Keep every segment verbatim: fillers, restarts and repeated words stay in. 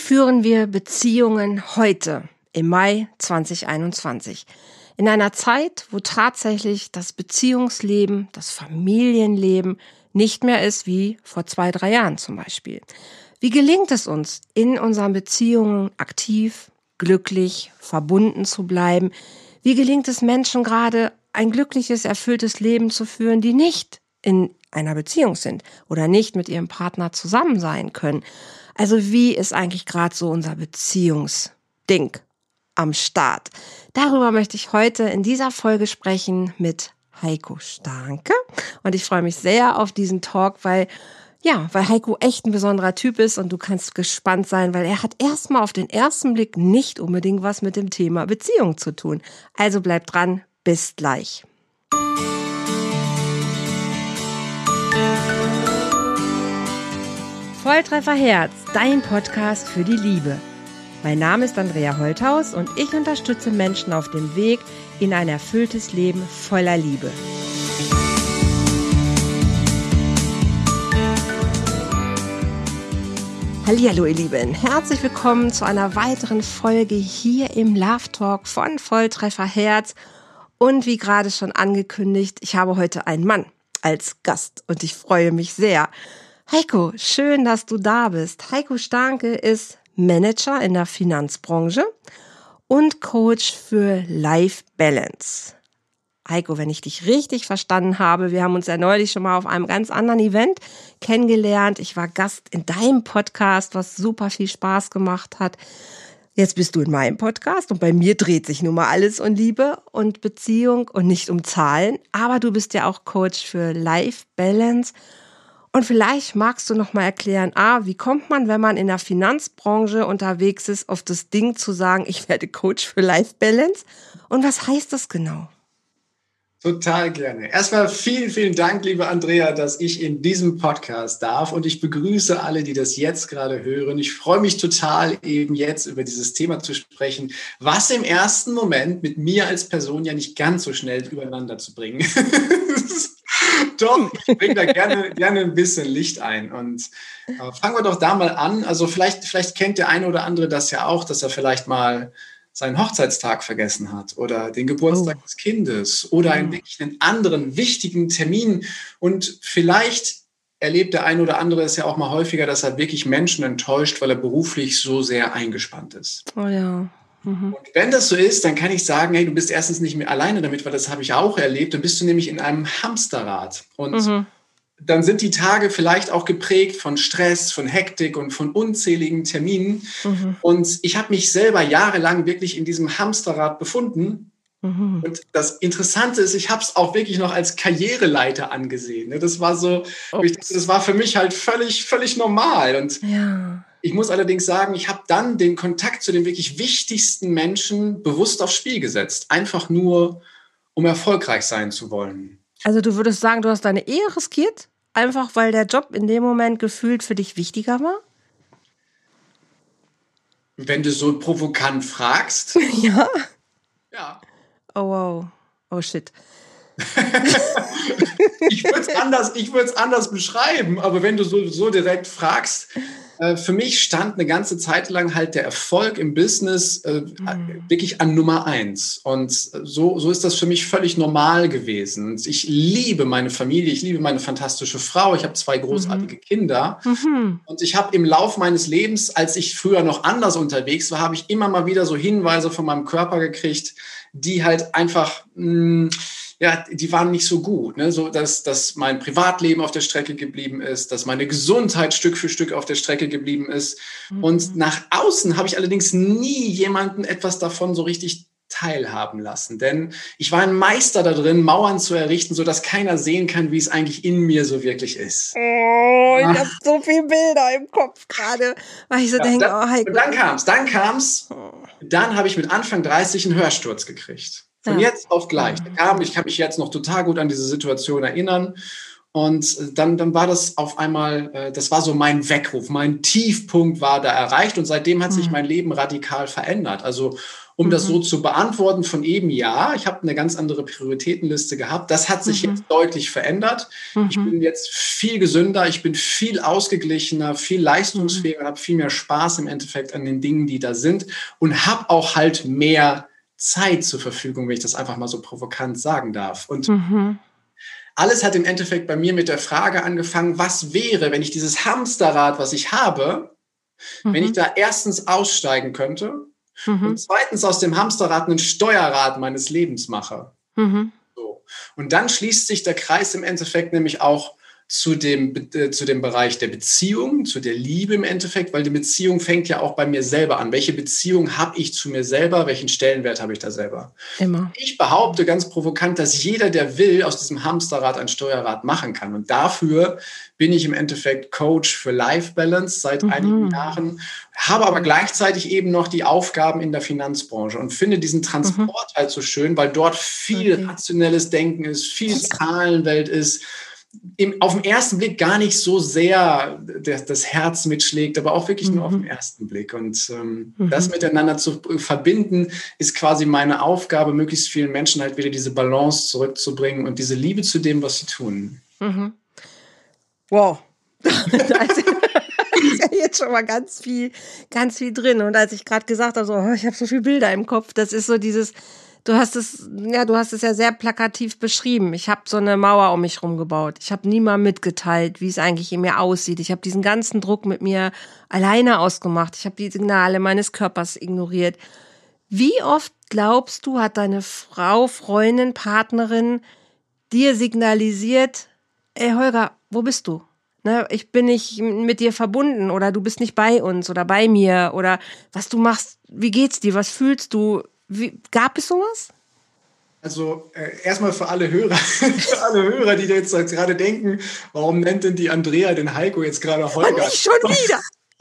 führen wir Beziehungen heute, im Mai zwanzig einundzwanzig? In einer Zeit, wo tatsächlich das Beziehungsleben, das Familienleben nicht mehr ist wie vor zwei, drei Jahren zum Beispiel. Wie gelingt es uns, in unseren Beziehungen aktiv, glücklich, verbunden zu bleiben? Wie gelingt es Menschen gerade, ein glückliches, erfülltes Leben zu führen, die nicht in einer Beziehung sind oder nicht mit ihrem Partner zusammen sein können? Also wie ist eigentlich gerade so unser Beziehungsding am Start? Darüber möchte ich heute in dieser Folge sprechen mit Heiko Starnke. Und ich freue mich sehr auf diesen Talk, weil ja, weil Heiko echt ein besonderer Typ ist und du kannst gespannt sein, weil er hat erstmal auf den ersten Blick nicht unbedingt was mit dem Thema Beziehung zu tun. Also bleibt dran, bis gleich. Volltreffer Herz, dein Podcast für die Liebe. Mein Name ist Andrea Holthaus und ich unterstütze Menschen auf dem Weg in ein erfülltes Leben voller Liebe. Hallihallo ihr Lieben, herzlich willkommen zu einer weiteren Folge hier im Love Talk von Volltreffer Herz. Und wie gerade schon angekündigt, ich habe heute einen Mann als Gast und ich freue mich sehr. Heiko, schön, dass du da bist. Heiko Starnke ist Manager in der Finanzbranche und Coach für Life Balance. Heiko, wenn ich dich richtig verstanden habe, wir haben uns ja neulich schon mal auf einem ganz anderen Event kennengelernt. Ich war Gast in deinem Podcast, was super viel Spaß gemacht hat. Jetzt bist du in meinem Podcast und bei mir dreht sich nun mal alles um Liebe und Beziehung und nicht um Zahlen. Aber du bist ja auch Coach für Life Balance. Und vielleicht magst du noch mal erklären, ah, wie kommt man, wenn man in der Finanzbranche unterwegs ist, auf das Ding zu sagen, ich werde Coach für Life Balance? Und was heißt das genau? Total gerne. Erstmal vielen, vielen Dank, liebe Andrea, dass ich in diesem Podcast darf und ich begrüße alle, die das jetzt gerade hören. Ich freue mich total, eben jetzt über dieses Thema zu sprechen, was im ersten Moment mit mir als Person ja nicht ganz so schnell übereinander zu bringen. Doch, ich bringe da gerne, gerne ein bisschen Licht ein. Und äh, fangen wir doch da mal an. Also vielleicht, vielleicht kennt der eine oder andere das ja auch, dass er vielleicht mal seinen Hochzeitstag vergessen hat oder den Geburtstag oh. des Kindes oder einen, wirklich einen anderen wichtigen Termin. Und vielleicht erlebt der eine oder andere es ja auch mal häufiger, dass er wirklich Menschen enttäuscht, weil er beruflich so sehr eingespannt ist. Oh ja. Mhm. Und wenn das so ist, dann kann ich sagen, hey, du bist erstens nicht mehr alleine damit, weil das habe ich auch erlebt. Dann bist du nämlich in einem Hamsterrad. Und mhm. dann sind die Tage vielleicht auch geprägt von Stress, von Hektik und von unzähligen Terminen. Mhm. Und ich habe mich selber jahrelang wirklich in diesem Hamsterrad befunden. Mhm. Und das Interessante ist, ich habe es auch wirklich noch als Karriereleiter angesehen. Das war so, ich dachte, das war für mich halt völlig, völlig normal. Und ja. Ich muss allerdings sagen, ich habe dann den Kontakt zu den wirklich wichtigsten Menschen bewusst aufs Spiel gesetzt. Einfach nur, um erfolgreich sein zu wollen. Also du würdest sagen, du hast deine Ehe riskiert? Einfach weil der Job in dem Moment gefühlt für dich wichtiger war? Wenn du so provokant fragst. Ja? Ja. Oh wow. Oh shit. Ich würde es anders, ich würde es anders beschreiben, aber wenn du so, so direkt fragst, äh, für mich stand eine ganze Zeit lang halt der Erfolg im Business äh, mhm. wirklich an Nummer eins. Und so, so ist das für mich völlig normal gewesen. Ich liebe meine Familie, ich liebe meine fantastische Frau, ich habe zwei großartige mhm. Kinder. Mhm. Und ich habe im Lauf meines Lebens, als ich früher noch anders unterwegs war, habe ich immer mal wieder so Hinweise von meinem Körper gekriegt, die halt einfach... Mh, ja, die waren nicht so gut, ne? So, dass, dass mein Privatleben auf der Strecke geblieben ist, dass meine Gesundheit Stück für Stück auf der Strecke geblieben ist. Mhm. Und nach außen habe ich allerdings nie jemanden etwas davon so richtig teilhaben lassen. Denn ich war ein Meister da drin, Mauern zu errichten, sodass keiner sehen kann, wie es eigentlich in mir so wirklich ist. Oh, ich habe so viele Bilder im Kopf gerade, weil ich so ja, denke, dann, oh, Heiko. Und dann kam's, dann kam's, dann habe ich mit Anfang dreißig einen Hörsturz gekriegt. Von ja. jetzt auf gleich. Da kam, ich kann mich jetzt noch total gut an diese Situation erinnern. Und dann, dann war das auf einmal, das war so mein Weckruf, mein Tiefpunkt war da erreicht und seitdem hat sich mein Leben radikal verändert. Also um mhm. das so zu beantworten von eben, ja, ich habe eine ganz andere Prioritätenliste gehabt. Das hat sich mhm. jetzt deutlich verändert. Mhm. Ich bin jetzt viel gesünder, ich bin viel ausgeglichener, viel leistungsfähiger, mhm. habe viel mehr Spaß im Endeffekt an den Dingen, die da sind und habe auch halt mehr Zeit zur Verfügung, wenn ich das einfach mal so provokant sagen darf. Und mhm. alles hat im Endeffekt bei mir mit der Frage angefangen, was wäre, wenn ich dieses Hamsterrad, was ich habe, mhm. wenn ich da erstens aussteigen könnte mhm. und zweitens aus dem Hamsterrad ein Steuerrad meines Lebens mache. Mhm. So. Und dann schließt sich der Kreis im Endeffekt nämlich auch zu dem, äh, zu dem Bereich der Beziehung, zu der Liebe im Endeffekt, weil die Beziehung fängt ja auch bei mir selber an. Welche Beziehung habe ich zu mir selber? Welchen Stellenwert habe ich da selber? Immer. Ich behaupte ganz provokant, dass jeder, der will, aus diesem Hamsterrad ein Steuerrad machen kann. Und dafür bin ich im Endeffekt Coach für Life Balance seit mhm. einigen Jahren, habe aber gleichzeitig eben noch die Aufgaben in der Finanzbranche und finde diesen Transport mhm. halt so schön, weil dort viel okay. rationelles Denken ist, viel Zahlenwelt ist, Im, auf den ersten Blick gar nicht so sehr das, das Herz mitschlägt, aber auch wirklich mhm. nur auf den ersten Blick. Und ähm, mhm. das miteinander zu verbinden, ist quasi meine Aufgabe, möglichst vielen Menschen halt wieder diese Balance zurückzubringen und diese Liebe zu dem, was sie tun. Mhm. Wow. Da ist ja jetzt schon mal ganz viel, ganz viel drin. Und als ich gerade gesagt habe, so, oh, ich habe so viele Bilder im Kopf, das ist so dieses... Du hast es, ja, du hast es ja sehr plakativ beschrieben. Ich habe so eine Mauer um mich rumgebaut. Ich habe niemandem mitgeteilt, wie es eigentlich in mir aussieht. Ich habe diesen ganzen Druck mit mir alleine ausgemacht. Ich habe die Signale meines Körpers ignoriert. Wie oft glaubst du, hat deine Frau, Freundin, Partnerin dir signalisiert, ey Holger, wo bist du? Ne, ich bin nicht mit dir verbunden oder du bist nicht bei uns oder bei mir oder was du machst, wie geht's dir, was fühlst du? Wie, gab es sowas? Also äh, erstmal für alle Hörer, für alle Hörer, die jetzt gerade denken, warum nennt denn die Andrea den Heiko jetzt gerade Holger? Und nicht schon wieder.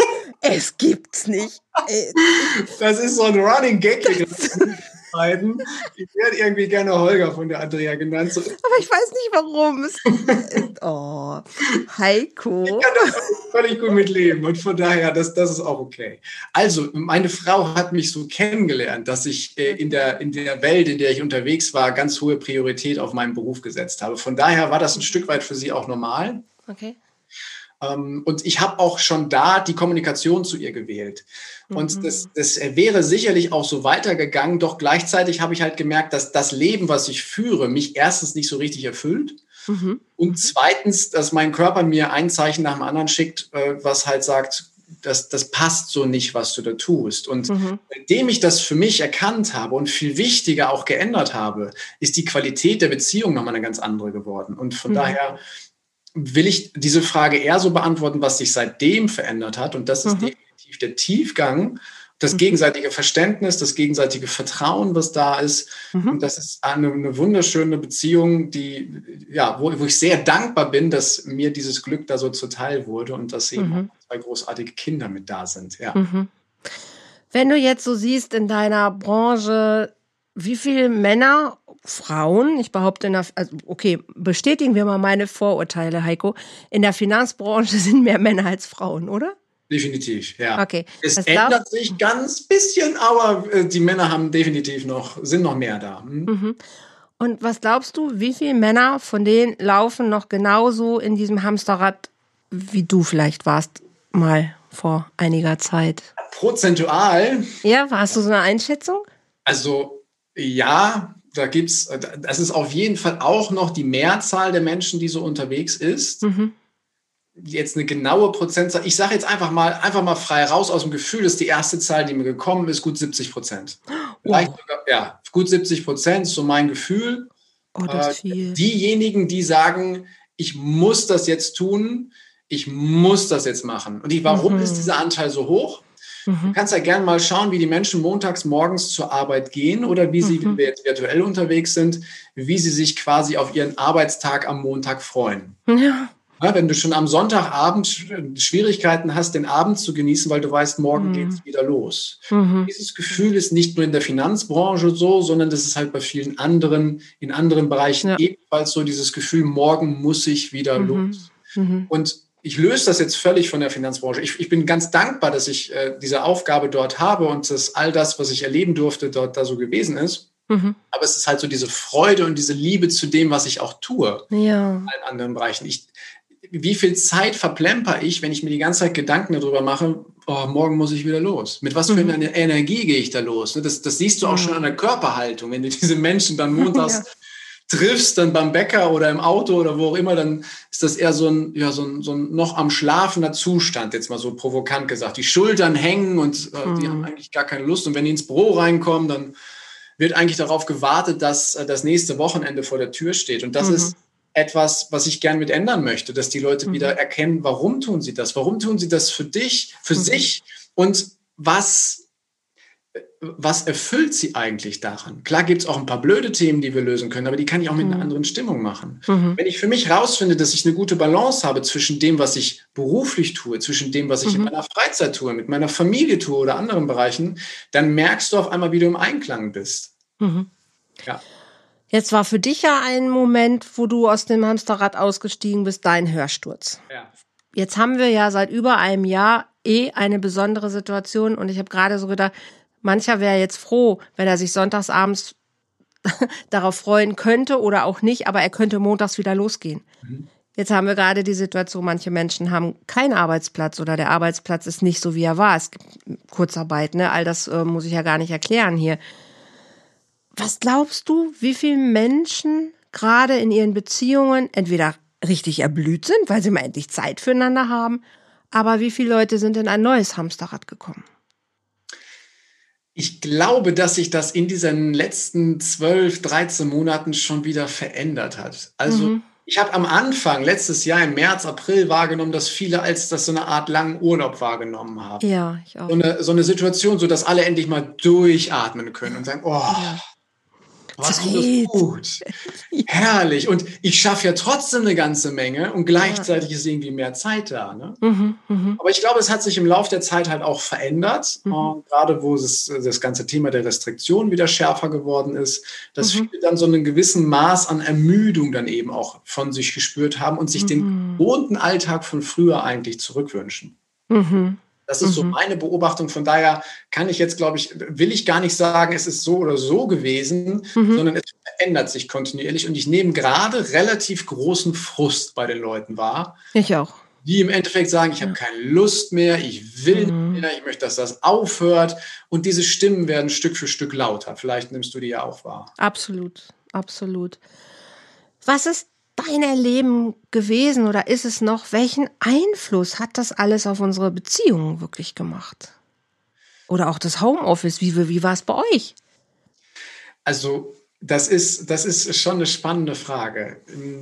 Es gibt's nicht. Das ist so ein Running Gag hier beiden. Ich werde irgendwie gerne Holger von der Andrea genannt. So. Aber ich weiß nicht, warum. Oh, Heiko. Ich kann da völlig gut mit leben und von daher, das, das ist auch okay. Also, meine Frau hat mich so kennengelernt, dass ich äh, in, der, in der Welt, in der ich unterwegs war, ganz hohe Priorität auf meinen Beruf gesetzt habe. Von daher war das ein Stück weit für sie auch normal. Okay. Und ich habe auch schon da die Kommunikation zu ihr gewählt. Und mhm. das, das wäre sicherlich auch so weitergegangen, doch gleichzeitig habe ich halt gemerkt, dass das Leben, was ich führe, mich erstens nicht so richtig erfüllt mhm. und zweitens, dass mein Körper mir ein Zeichen nach dem anderen schickt, was halt sagt, das, das passt so nicht, was du da tust. Und mhm. indem ich das für mich erkannt habe und viel wichtiger auch geändert habe, ist die Qualität der Beziehung nochmal eine ganz andere geworden. Und von mhm. daher will ich diese Frage eher so beantworten, was sich seitdem verändert hat. Und das ist mhm. definitiv der Tiefgang, das gegenseitige Verständnis, das gegenseitige Vertrauen, was da ist. Mhm. Und das ist eine, eine wunderschöne Beziehung, die, ja, wo, wo ich sehr dankbar bin, dass mir dieses Glück da so zuteil wurde und dass eben mhm. auch zwei großartige Kinder mit da sind. Ja. Mhm. Wenn du jetzt so siehst in deiner Branche, wie viele Männer, Frauen, ich behaupte, in der, also okay, bestätigen wir mal meine Vorurteile, Heiko, in der Finanzbranche sind mehr Männer als Frauen, oder? Definitiv, ja. Okay. Es das ändert sich ganz bisschen, aber äh, die Männer haben definitiv noch, sind noch mehr da. Hm? Mhm. Und was glaubst du, wie viele Männer von denen laufen noch genauso in diesem Hamsterrad, wie du vielleicht warst, mal vor einiger Zeit? Prozentual? Ja, hast du so eine Einschätzung? Also, ja, da gibt's, das ist auf jeden Fall auch noch die Mehrzahl der Menschen, die so unterwegs ist. Mhm. Jetzt eine genaue Prozentzahl, ich sage jetzt einfach mal, einfach mal frei raus aus dem Gefühl, ist die erste Zahl, die mir gekommen ist, gut siebzig Prozent. Vielleicht sogar, ja, gut siebzig Prozent, so mein Gefühl. Oh, das ist viel. Diejenigen, die sagen, ich muss das jetzt tun, ich muss das jetzt machen. Und die, warum mhm. ist dieser Anteil so hoch? Du kannst ja gerne mal schauen, wie die Menschen montags morgens zur Arbeit gehen oder wie sie, mhm. wenn wir jetzt virtuell unterwegs sind, wie sie sich quasi auf ihren Arbeitstag am Montag freuen. Ja. Ja, wenn du schon am Sonntagabend Schwierigkeiten hast, den Abend zu genießen, weil du weißt, morgen mhm. geht's wieder los. Mhm. Dieses Gefühl ist nicht nur in der Finanzbranche so, sondern das ist halt bei vielen anderen, in anderen Bereichen ja. ebenfalls so, dieses Gefühl, morgen muss ich wieder mhm. los. Mhm. Und ich löse das jetzt völlig von der Finanzbranche. Ich, ich bin ganz dankbar, dass ich äh, diese Aufgabe dort habe und dass all das, was ich erleben durfte, dort da so gewesen ist. Mhm. Aber es ist halt so diese Freude und diese Liebe zu dem, was ich auch tue. Ja. In allen anderen Bereichen. Ich, wie viel Zeit verplemper ich, wenn ich mir die ganze Zeit Gedanken darüber mache, oh, morgen muss ich wieder los. Mit was für einer mhm. Energie gehe ich da los? Das, das siehst du auch mhm. schon an der Körperhaltung. Wenn du diese Menschen dann montags ja. triffst, dann beim Bäcker oder im Auto oder wo auch immer, dann ist das eher so ein, ja, so ein, so ein noch am schlafender Zustand, jetzt mal so provokant gesagt. Die Schultern hängen und äh, mhm. die haben eigentlich gar keine Lust. Und wenn die ins Büro reinkommen, dann wird eigentlich darauf gewartet, dass äh, das nächste Wochenende vor der Tür steht. Und das mhm. ist etwas, was ich gern mit ändern möchte, dass die Leute mhm. wieder erkennen, warum tun sie das? Warum tun sie das für dich, für mhm. sich? Und was, was erfüllt sie eigentlich daran? Klar gibt es auch ein paar blöde Themen, die wir lösen können, aber die kann ich auch mit mhm. einer anderen Stimmung machen. Mhm. Wenn ich für mich rausfinde, dass ich eine gute Balance habe zwischen dem, was ich beruflich tue, zwischen dem, was ich mhm. in meiner Freizeit tue, mit meiner Familie tue oder anderen Bereichen, dann merkst du auf einmal, wie du im Einklang bist. Mhm. Ja. Jetzt war für dich ja ein Moment, wo du aus dem Hamsterrad ausgestiegen bist, dein Hörsturz. Ja. Jetzt haben wir ja seit über einem Jahr eh eine besondere Situation und ich habe gerade so gedacht, mancher wäre jetzt froh, wenn er sich sonntagsabends darauf freuen könnte oder auch nicht, aber er könnte montags wieder losgehen. Mhm. Jetzt haben wir gerade die Situation, manche Menschen haben keinen Arbeitsplatz oder der Arbeitsplatz ist nicht so, wie er war. Es gibt Kurzarbeit, ne? All das äh, muss ich ja gar nicht erklären hier. Was glaubst du, wie viele Menschen gerade in ihren Beziehungen entweder richtig erblüht sind, weil sie mal endlich Zeit füreinander haben, aber wie viele Leute sind in ein neues Hamsterrad gekommen? Ich glaube, dass sich das in diesen letzten zwölf, dreizehn Monaten schon wieder verändert hat. Also mhm. ich habe am Anfang, letztes Jahr im März, April wahrgenommen, dass viele als das so eine Art langen Urlaub wahrgenommen haben. Ja, ich auch. So eine, so eine Situation, so dass alle endlich mal durchatmen können und sagen, oh, ja. was tut das gut. Herrlich. Und ich schaffe ja trotzdem eine ganze Menge und gleichzeitig ja. ist irgendwie mehr Zeit da. Ne? Mhm, mh. Aber ich glaube, es hat sich im Laufe der Zeit halt auch verändert. Mhm. Und gerade wo es, das ganze Thema der Restriktion wieder schärfer geworden ist, dass mhm. viele dann so einen gewissen Maß an Ermüdung dann eben auch von sich gespürt haben und sich mhm. den gewohnten Alltag von früher eigentlich zurückwünschen. Mhm. Das ist so meine Beobachtung. Von daher kann ich jetzt, glaube ich, will ich gar nicht sagen, es ist so oder so gewesen, mhm. sondern es verändert sich kontinuierlich. Und ich nehme gerade relativ großen Frust bei den Leuten wahr. Ich auch. Die im Endeffekt sagen, ich ja. habe keine Lust mehr, ich will mhm. nicht mehr, ich möchte, dass das aufhört. Und diese Stimmen werden Stück für Stück lauter. Vielleicht nimmst du die ja auch wahr. Absolut, absolut. Was ist dein Erleben gewesen oder ist es noch? Welchen Einfluss hat das alles auf unsere Beziehungen wirklich gemacht? Oder auch das Homeoffice, wie, wie war es bei euch? Also das ist, das ist schon eine spannende Frage.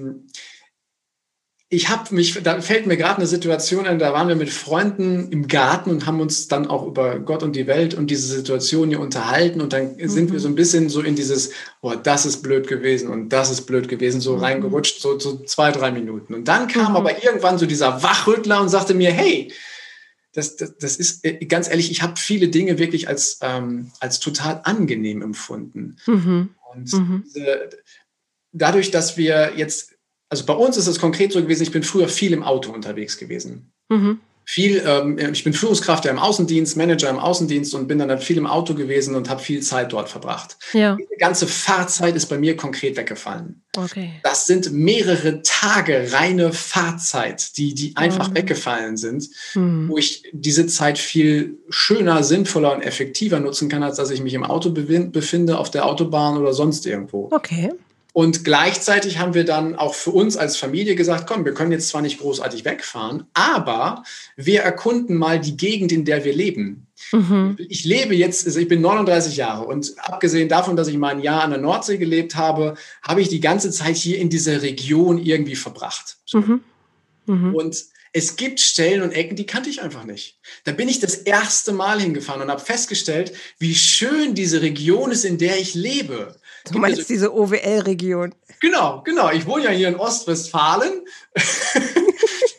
Ich habe mich, da fällt mir gerade eine Situation ein, da waren wir mit Freunden im Garten und haben uns dann auch über Gott und die Welt und diese Situation hier unterhalten und dann mhm. sind wir so ein bisschen so in dieses, boah, das ist blöd gewesen und das ist blöd gewesen, so mhm. reingerutscht, so, so zwei, drei Minuten. Und dann kam mhm. aber irgendwann so dieser Wachrüttler und sagte mir, hey, das, das, das ist, ganz ehrlich, ich habe viele Dinge wirklich als, ähm, als total angenehm empfunden. Mhm. Und mhm. diese, dadurch, dass wir jetzt Also bei uns ist es konkret so gewesen, ich bin früher viel im Auto unterwegs gewesen. Mhm. Viel, ähm, ich bin Führungskraft ja im Außendienst, Manager im Außendienst und bin dann halt viel im Auto gewesen und habe viel Zeit dort verbracht. Ja. Die ganze Fahrzeit ist bei mir konkret weggefallen. Okay. Das sind mehrere Tage reine Fahrzeit, die, die einfach mhm. weggefallen sind, mhm. wo ich diese Zeit viel schöner, sinnvoller und effektiver nutzen kann, als dass ich mich im Auto befinde, auf der Autobahn oder sonst irgendwo. Okay. Und gleichzeitig haben wir dann auch für uns als Familie gesagt, komm, wir können jetzt zwar nicht großartig wegfahren, aber wir erkunden mal die Gegend, in der wir leben. Mhm. Ich lebe jetzt, also ich bin neununddreißig Jahre und abgesehen davon, dass ich mal ein Jahr an der Nordsee gelebt habe, habe ich die ganze Zeit hier in dieser Region irgendwie verbracht. So. Mhm. Mhm. Und es gibt Stellen und Ecken, die kannte ich einfach nicht. Da bin ich das erste Mal hingefahren und habe festgestellt, wie schön diese Region ist, in der ich lebe. Du meinst also diese O W L-Region? Genau, genau. Ich wohne ja hier in Ostwestfalen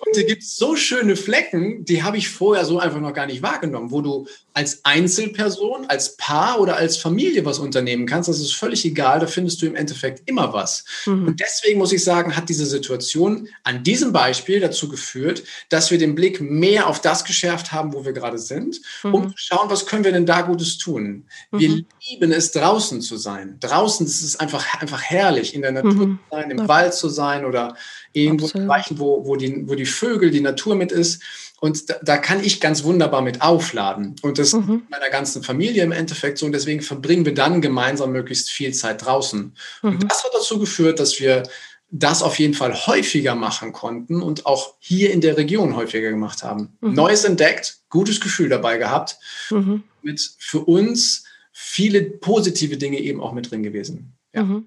heute gibt es so schöne Flecken, die habe ich vorher so einfach noch gar nicht wahrgenommen, wo du als Einzelperson, als Paar oder als Familie was unternehmen kannst. Das ist völlig egal, da findest du im Endeffekt immer was. Mhm. Und deswegen muss ich sagen, hat diese Situation an diesem Beispiel dazu geführt, dass wir den Blick mehr auf das geschärft haben, wo wir gerade sind, mhm. um zu schauen, was können wir denn da Gutes tun. Wir mhm. lieben es, draußen zu sein. Draußen, das ist einfach, einfach herrlich, in der Natur mhm. zu sein, im ja. Wald zu sein oder irgendwo in Bereichen, wo, wo, die, wo die Vögel, die Natur mit ist. Und da, da kann ich ganz wunderbar mit aufladen. Und das mhm. mit meiner ganzen Familie im Endeffekt so. Und deswegen verbringen wir dann gemeinsam möglichst viel Zeit draußen. Mhm. Und das hat dazu geführt, dass wir das auf jeden Fall häufiger machen konnten und auch hier in der Region häufiger gemacht haben. Mhm. Neues entdeckt, gutes Gefühl dabei gehabt. Mhm. Mit für uns viele positive Dinge eben auch mit drin gewesen. Ja. Mhm.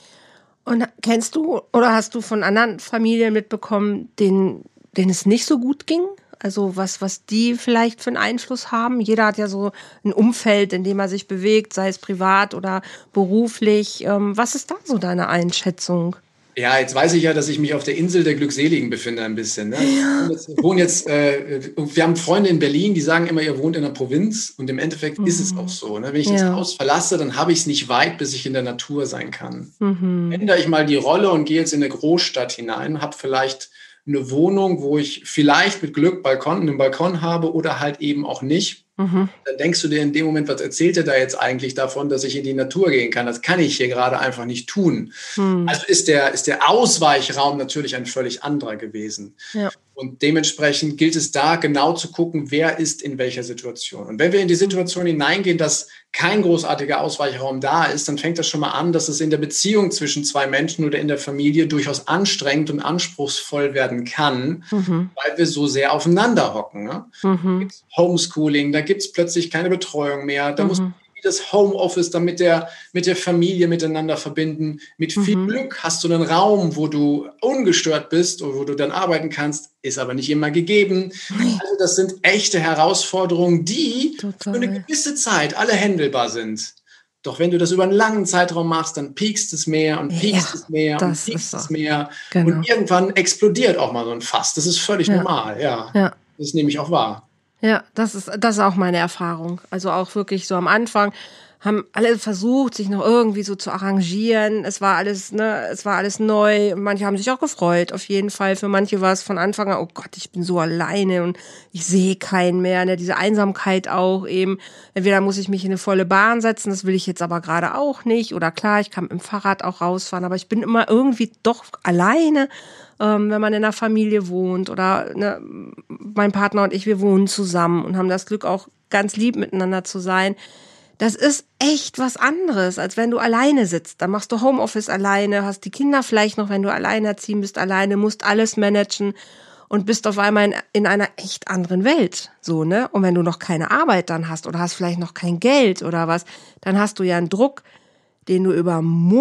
Und kennst du oder hast du von anderen Familien mitbekommen, denen, denen es nicht so gut ging? Also was, was die vielleicht für einen Einfluss haben? Jeder hat ja so ein Umfeld, in dem er sich bewegt, sei es privat oder beruflich. Was ist da so deine Einschätzung? Ja, jetzt weiß ich ja, dass ich mich auf der Insel der Glückseligen befinde ein bisschen. Ne? Ja. Ich wohne jetzt, äh, wir haben Freunde in Berlin, die sagen immer, ihr wohnt in der Provinz und im Endeffekt mhm. ist es auch so. Ne? Wenn ich ja. das Haus verlasse, dann habe ich es nicht weit, bis ich in der Natur sein kann. Mhm. Ändere ich mal die Rolle und gehe jetzt in eine Großstadt hinein, habe vielleicht eine Wohnung, wo ich vielleicht mit Glück Balkon, einen Balkon habe oder halt eben auch nicht. Mhm. Dann denkst du dir in dem Moment, was erzählt er da jetzt eigentlich davon, dass ich in die Natur gehen kann? Das kann ich hier gerade einfach nicht tun. Mhm. Also ist der, ist der Ausweichraum natürlich ein völlig anderer gewesen. Ja. Und dementsprechend gilt es da genau zu gucken, wer ist in welcher Situation. Und wenn wir in die Situation hineingehen, dass kein großartiger Ausweichraum da ist, dann fängt das schon mal an, dass es in der Beziehung zwischen zwei Menschen oder in der Familie durchaus anstrengend und anspruchsvoll werden kann, mhm. weil wir so sehr aufeinander hocken. Ne? Mhm. Da gibt's Homeschooling, da gibt es plötzlich keine Betreuung mehr, da mhm. muss das Homeoffice dann mit der, mit der Familie miteinander verbinden. Mit viel mhm. Glück hast du einen Raum, wo du ungestört bist oder wo du dann arbeiten kannst, ist aber nicht immer gegeben. Also das sind echte Herausforderungen, die Total. Für eine gewisse Zeit alle händelbar sind. Doch wenn du das über einen langen Zeitraum machst, dann piekst es mehr und piekst ja, es mehr und piekst so. es mehr. Genau. Und irgendwann explodiert auch mal so ein Fass. Das ist völlig ja. normal, ja. ja. Das nehme ich auch wahr. Ja, das ist, das ist auch meine Erfahrung. Also auch wirklich so am Anfang haben alle versucht, sich noch irgendwie so zu arrangieren. Es war alles, ne, es war alles neu. Manche haben sich auch gefreut, auf jeden Fall. Für manche war es von Anfang an, oh Gott, ich bin so alleine und ich sehe keinen mehr. Ne? Diese Einsamkeit auch eben. Entweder muss ich mich in eine volle Bahn setzen, das will ich jetzt aber gerade auch nicht. Oder klar, ich kann mit dem Fahrrad auch rausfahren, aber ich bin immer irgendwie doch alleine. Ähm, wenn man in einer Familie wohnt oder ne, mein Partner und ich, wir wohnen zusammen und haben das Glück auch ganz lieb miteinander zu sein. Das ist echt was anderes, als wenn du alleine sitzt. Dann machst du Homeoffice alleine, hast die Kinder vielleicht noch, wenn du alleinerziehend bist, alleine, musst alles managen und bist auf einmal in, in einer echt anderen Welt. So, ne? Und wenn du noch keine Arbeit dann hast oder hast vielleicht noch kein Geld oder was, dann hast du ja einen Druck, den du über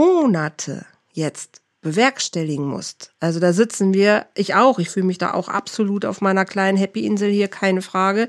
Monate jetzt bewerkstelligen musst. Also da sitzen wir, ich auch, ich fühle mich da auch absolut auf meiner kleinen Happy-Insel hier, keine Frage.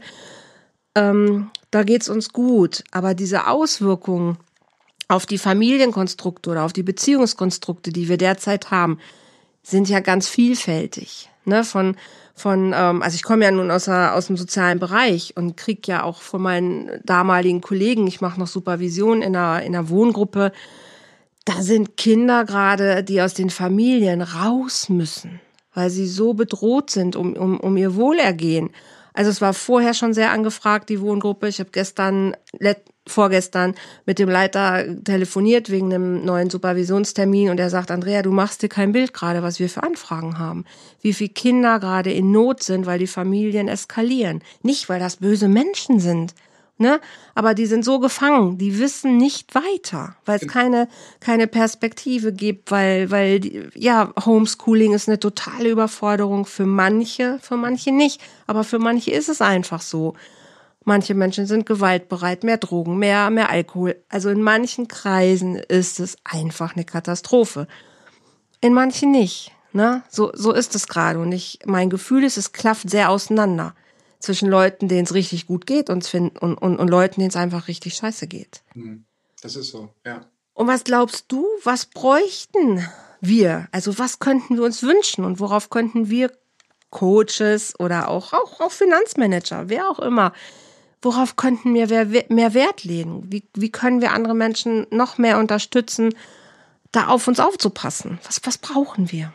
Ähm, da geht's uns gut. Aber diese Auswirkungen auf die Familienkonstrukte oder auf die Beziehungskonstrukte, die wir derzeit haben, sind ja ganz vielfältig. Ne? Von, von, ähm, also ich komme ja nun aus, der, aus dem sozialen Bereich und krieg ja auch von meinen damaligen Kollegen, ich mache noch Supervision in einer, in einer Wohngruppe, da sind Kinder gerade, die aus den Familien raus müssen, weil sie so bedroht sind um, um, um ihr Wohlergehen. Also es war vorher schon sehr angefragt, die Wohngruppe. Ich habe gestern, let, vorgestern mit dem Leiter telefoniert wegen einem neuen Supervisionstermin und er sagt, Andrea, du machst dir kein Bild gerade, was wir für Anfragen haben. Wie viele Kinder gerade in Not sind, weil die Familien eskalieren. Nicht, weil das böse Menschen sind. Ne? Aber die sind so gefangen, die wissen nicht weiter, weil es keine keine Perspektive gibt, weil weil die, ja Homeschooling ist eine totale Überforderung für manche, für manche nicht, aber für manche ist es einfach so. Manche Menschen sind gewaltbereit, mehr Drogen, mehr mehr Alkohol. Also in manchen Kreisen ist es einfach eine Katastrophe. In manchen nicht, ne? So so ist es gerade und ich mein Gefühl ist, es klafft sehr auseinander. Zwischen Leuten, denen es richtig gut geht und, und, und, und Leuten, denen es einfach richtig scheiße geht. Das ist so, ja. Und was glaubst du, was bräuchten wir? Also was könnten wir uns wünschen und worauf könnten wir Coaches oder auch, auch, auch Finanzmanager, wer auch immer. Worauf könnten wir mehr Wert legen? Wie, wie können wir andere Menschen noch mehr unterstützen, da auf uns aufzupassen? Was, was brauchen wir?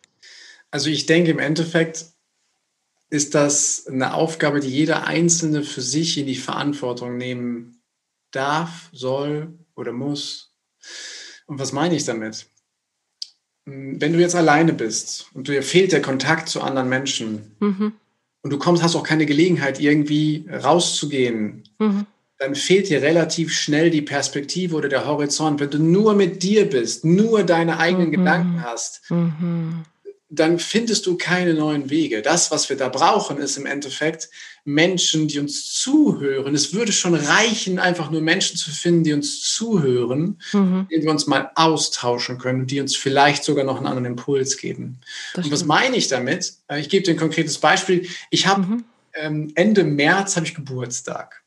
Also ich denke, im Endeffekt ist das eine Aufgabe, die jeder Einzelne für sich in die Verantwortung nehmen darf, soll oder muss. Und was meine ich damit? Wenn du jetzt alleine bist und dir fehlt der Kontakt zu anderen Menschen mhm. und du kommst, hast auch keine Gelegenheit, irgendwie rauszugehen, mhm. dann fehlt dir relativ schnell die Perspektive oder der Horizont. Wenn du nur mit dir bist, nur deine eigenen mhm. Gedanken hast, mhm. dann findest du keine neuen Wege. Das, was wir da brauchen, ist im Endeffekt Menschen, die uns zuhören. Es würde schon reichen, einfach nur Menschen zu finden, die uns zuhören, mhm. mit denen wir uns mal austauschen können, die uns vielleicht sogar noch einen anderen Impuls geben. Das Und was stimmt. meine ich damit? Ich gebe dir ein konkretes Beispiel. Ich habe mhm. ähm, Ende März habe ich Geburtstag.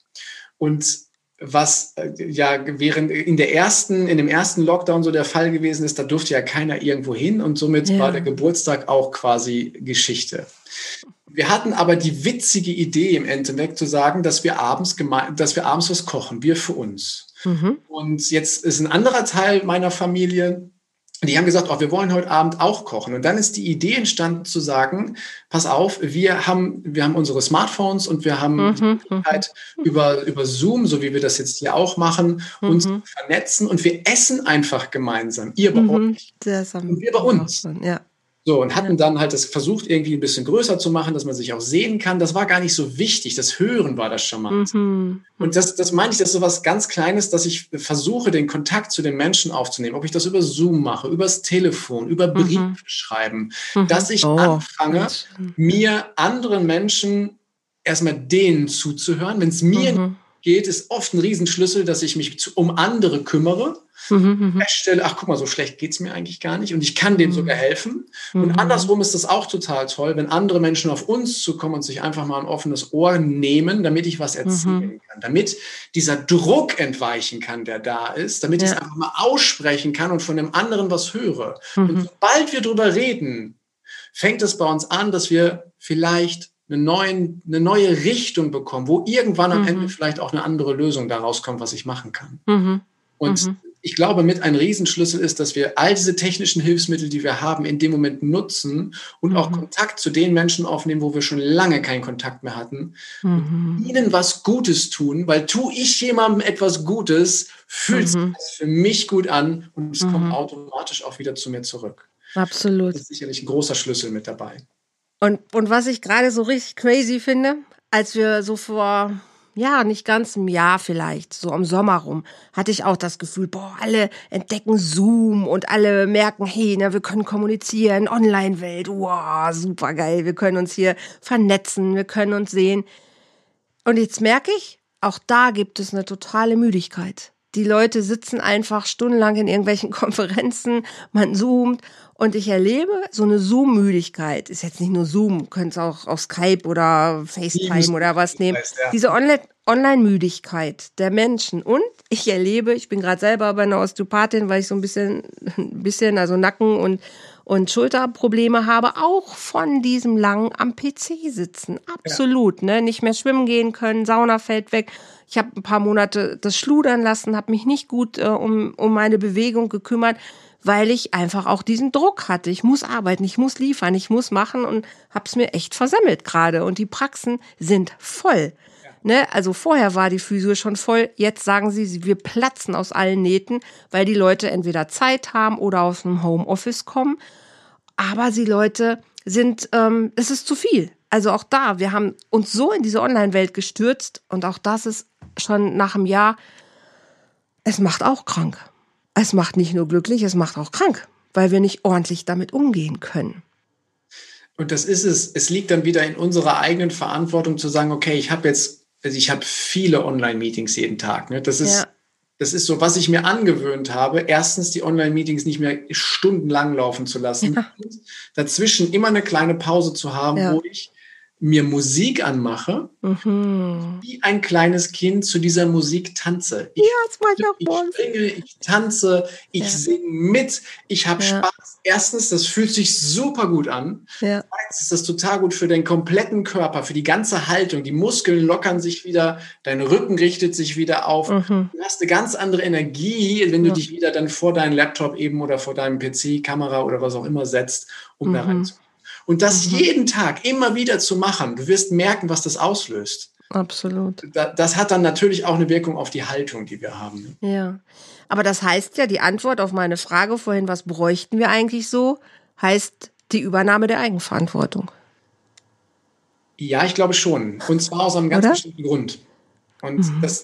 Und was äh, ja während in der ersten, in dem ersten Lockdown so der Fall gewesen ist, da durfte ja keiner irgendwo hin und somit ja. war der Geburtstag auch quasi Geschichte. Wir hatten aber die witzige Idee im Endeffekt zu sagen, dass wir abends geme- dass wir abends was kochen, wir für uns. Mhm. Und jetzt ist ein anderer Teil meiner Familie, die haben gesagt, oh, wir wollen heute Abend auch kochen. Und dann ist die Idee entstanden zu sagen, pass auf, wir haben, wir haben unsere Smartphones und wir haben mhm. die Möglichkeit, über, über Zoom, so wie wir das jetzt hier auch machen, mhm. uns zu vernetzen und wir essen einfach gemeinsam. Ihr bei mhm. euch und wir bei uns. Schon, ja. So, und hatten ja. dann halt das versucht, irgendwie ein bisschen größer zu machen, dass man sich auch sehen kann. Das war gar nicht so wichtig. Das Hören war das charmant. Mhm. Und das, das meine ich, das ist so was ganz Kleines, dass ich versuche, den Kontakt zu den Menschen aufzunehmen. Ob ich das über Zoom mache, übers Telefon, über Briefe mhm. schreiben, mhm. dass ich oh, anfange, mir anderen Menschen erstmal denen zuzuhören. Wenn es mir mhm. geht, ist oft ein Riesenschlüssel, dass ich mich zu, um andere kümmere. Mhm, feststelle, ach guck mal, so schlecht geht's mir eigentlich gar nicht und ich kann denen sogar helfen. Mhm. Und andersrum ist das auch total toll, wenn andere Menschen auf uns zukommen und sich einfach mal ein offenes Ohr nehmen, damit ich was erzählen mhm. kann, damit dieser Druck entweichen kann, der da ist, damit ja. ich es einfach mal aussprechen kann und von dem anderen was höre. Mhm. Und sobald wir drüber reden, fängt es bei uns an, dass wir vielleicht eine, neuen, eine neue Richtung bekommen, wo irgendwann am mhm. Ende vielleicht auch eine andere Lösung daraus kommt, was ich machen kann. Mhm. Und mhm. ich glaube, mit ein Riesenschlüssel ist, dass wir all diese technischen Hilfsmittel, die wir haben, in dem Moment nutzen und mhm. auch Kontakt zu den Menschen aufnehmen, wo wir schon lange keinen Kontakt mehr hatten, mhm. und ihnen was Gutes tun, weil tue ich jemandem etwas Gutes, fühlt sich mhm. das für mich gut an und es mhm. kommt automatisch auch wieder zu mir zurück. Absolut. Das ist sicherlich ein großer Schlüssel mit dabei. Und, und was ich gerade so richtig crazy finde, als wir so vor... ja, nicht ganz ein Jahr vielleicht, so im Sommer rum, hatte ich auch das Gefühl, boah, alle entdecken Zoom und alle merken, hey, ne, wir können kommunizieren, Online-Welt, wow, super geil, wir können uns hier vernetzen, wir können uns sehen. Und jetzt merke ich, auch da gibt es eine totale Müdigkeit. Die Leute sitzen einfach stundenlang in irgendwelchen Konferenzen, man zoomt und ich erlebe so eine Zoom-Müdigkeit. Ist jetzt nicht nur Zoom, könnt ihr auch auf Skype oder FaceTime oder was nehmen. Heißt, ja. Diese Online- Online-Müdigkeit der Menschen. Und ich erlebe, ich bin gerade selber bei einer Osteopathin, weil ich so ein bisschen, ein bisschen also Nacken- und, und Schulterprobleme habe, auch von diesem langen am P C sitzen. Absolut, ja. ne? Nicht mehr schwimmen gehen können, Sauna fällt weg. Ich habe ein paar Monate das schludern lassen, habe mich nicht gut äh, um, um meine Bewegung gekümmert, weil ich einfach auch diesen Druck hatte. Ich muss arbeiten, ich muss liefern, ich muss machen und habe es mir echt versemmelt gerade. Und die Praxen sind voll. Ja. Ne? Also vorher war die Physio schon voll. Jetzt sagen sie, wir platzen aus allen Nähten, weil die Leute entweder Zeit haben oder aus dem Homeoffice kommen. Aber die Leute sind, ähm, es ist zu viel. Also auch da, wir haben uns so in diese Online-Welt gestürzt und auch das ist schon nach einem Jahr, es macht auch krank. Es macht nicht nur glücklich, es macht auch krank, weil wir nicht ordentlich damit umgehen können. Und das ist es. Es liegt dann wieder in unserer eigenen Verantwortung zu sagen, okay, ich habe jetzt, also ich habe viele Online-Meetings jeden Tag. Ne? Das ist, ja. das ist so, was ich mir angewöhnt habe. Erstens, die Online-Meetings nicht mehr stundenlang laufen zu lassen. Ja. Und dazwischen immer eine kleine Pause zu haben, ja. wo ich mir Musik anmache, Mhm. wie ein kleines Kind zu dieser Musik tanze. Ich, Ja, das mach ich auch ich morgens. springe, ich tanze, ich Ja. singe mit, ich habe Ja. Spaß. Erstens, das fühlt sich super gut an. Ja. Zweitens ist das total gut für den kompletten Körper, für die ganze Haltung. Die Muskeln lockern sich wieder, dein Rücken richtet sich wieder auf. Mhm. Du hast eine ganz andere Energie, wenn du Ja. dich wieder dann vor deinen Laptop eben oder vor deinem P C, Kamera oder was auch immer setzt, um da Mhm. reinzugehen. Und das Mhm. jeden Tag immer wieder zu machen, du wirst merken, was das auslöst. Absolut. Das hat dann natürlich auch eine Wirkung auf die Haltung, die wir haben. Ja. Aber das heißt ja, die Antwort auf meine Frage vorhin, was bräuchten wir eigentlich so, heißt die Übernahme der Eigenverantwortung. Ja, ich glaube schon. Und zwar aus einem ganz Oder? bestimmten Grund. Und Mhm. das,